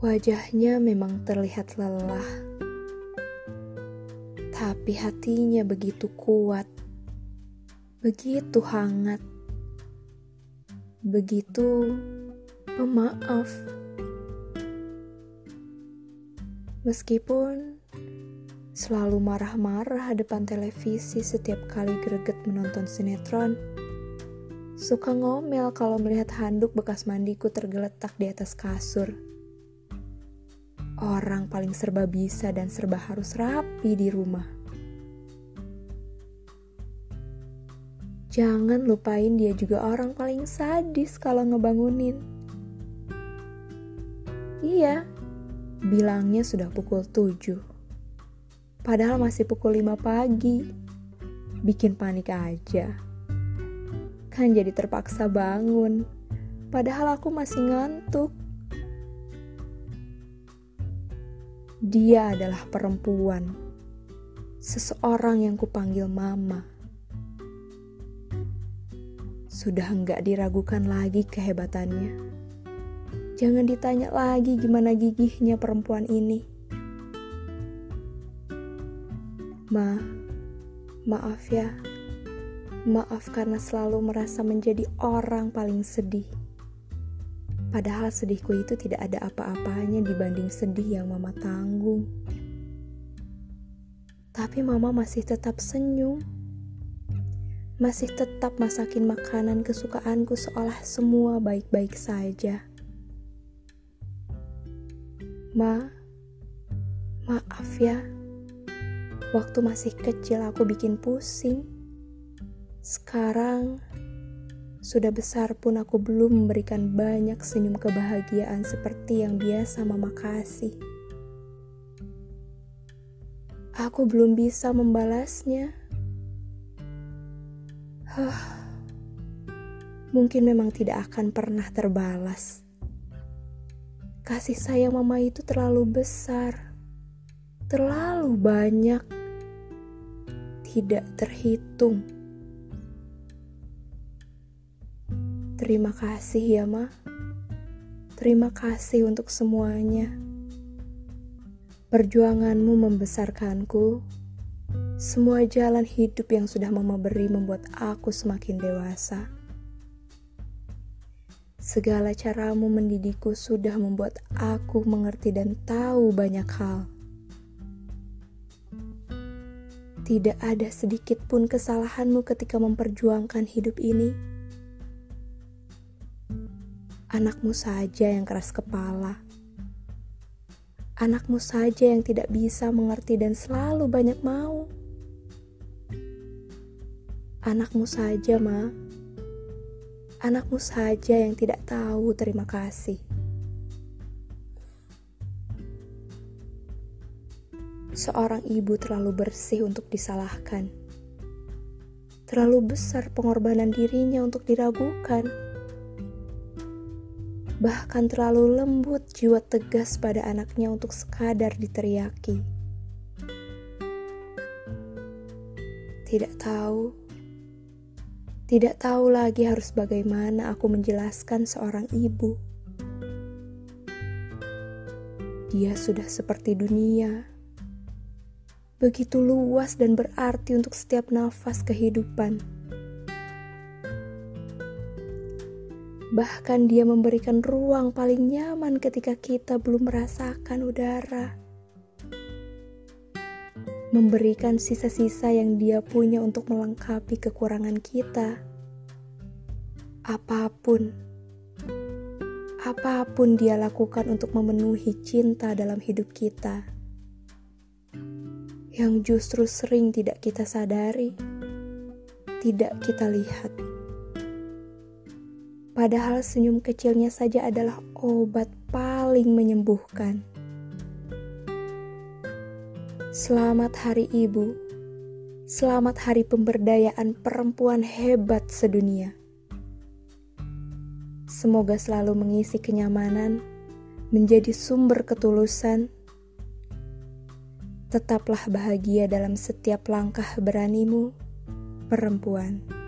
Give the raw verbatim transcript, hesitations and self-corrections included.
Wajahnya memang terlihat lelah, tapi hatinya begitu kuat, begitu hangat, begitu pemaaf. Meskipun selalu marah-marah depan televisi setiap kali greget menonton sinetron, suka ngomel kalau melihat handuk bekas mandiku tergeletak di atas kasur. Orang paling serba bisa dan serba harus rapi di rumah. Jangan lupain dia juga orang paling sadis kalau ngebangunin. Iya, bilangnya sudah pukul tujuh. Padahal masih pukul lima pagi. Bikin panik aja. Kan jadi terpaksa bangun. Padahal aku masih ngantuk. Dia adalah perempuan, seseorang yang kupanggil mama. Sudah enggak diragukan lagi kehebatannya. Jangan ditanya lagi gimana gigihnya perempuan ini. Ma, maaf ya. Maaf karena selalu merasa menjadi orang paling sedih. Padahal sedihku itu tidak ada apa-apanya dibanding sedih yang mama tanggung. Tapi mama masih tetap senyum. Masih tetap masakin makanan kesukaanku seolah semua baik-baik saja. Ma, maaf ya. Waktu masih kecil aku bikin pusing. Sekarang sudah besar pun aku belum memberikan banyak senyum kebahagiaan seperti yang biasa mama kasih. Aku belum bisa membalasnya. Huh, mungkin memang tidak akan pernah terbalas. Kasih sayang mama itu terlalu besar, terlalu banyak, tidak terhitung. Terima kasih ya, Ma. Terima kasih untuk semuanya. Perjuanganmu membesarkanku. Semua jalan hidup yang sudah Mama beri membuat aku semakin dewasa. Segala caramu mendidikku sudah membuat aku mengerti dan tahu banyak hal. Tidak ada sedikit pun kesalahanmu ketika memperjuangkan hidup ini. Anakmu saja yang keras kepala. Anakmu saja yang tidak bisa mengerti dan selalu banyak mau. Anakmu saja, Ma. Anakmu saja yang tidak tahu terima kasih. Seorang ibu terlalu bersih untuk disalahkan. Terlalu besar pengorbanan dirinya untuk diragukan. Bahkan terlalu lembut jiwa tegas pada anaknya untuk sekadar diteriaki. Tidak tahu, tidak tahu lagi harus bagaimana aku menjelaskan seorang ibu. Dia sudah seperti dunia, begitu luas dan berarti untuk setiap nafas kehidupan. Bahkan dia memberikan ruang paling nyaman ketika kita belum merasakan udara. Memberikan sisa-sisa yang dia punya untuk melengkapi kekurangan kita. Apapun, apapun dia lakukan untuk memenuhi cinta dalam hidup kita. Yang justru sering tidak kita sadari, tidak kita lihat. Padahal senyum kecilnya saja adalah obat paling menyembuhkan. Selamat Hari Ibu. Selamat Hari Pemberdayaan Perempuan Hebat Sedunia. Semoga selalu mengisi kenyamanan, menjadi sumber ketulusan. Tetaplah bahagia dalam setiap langkah beranimu, perempuan.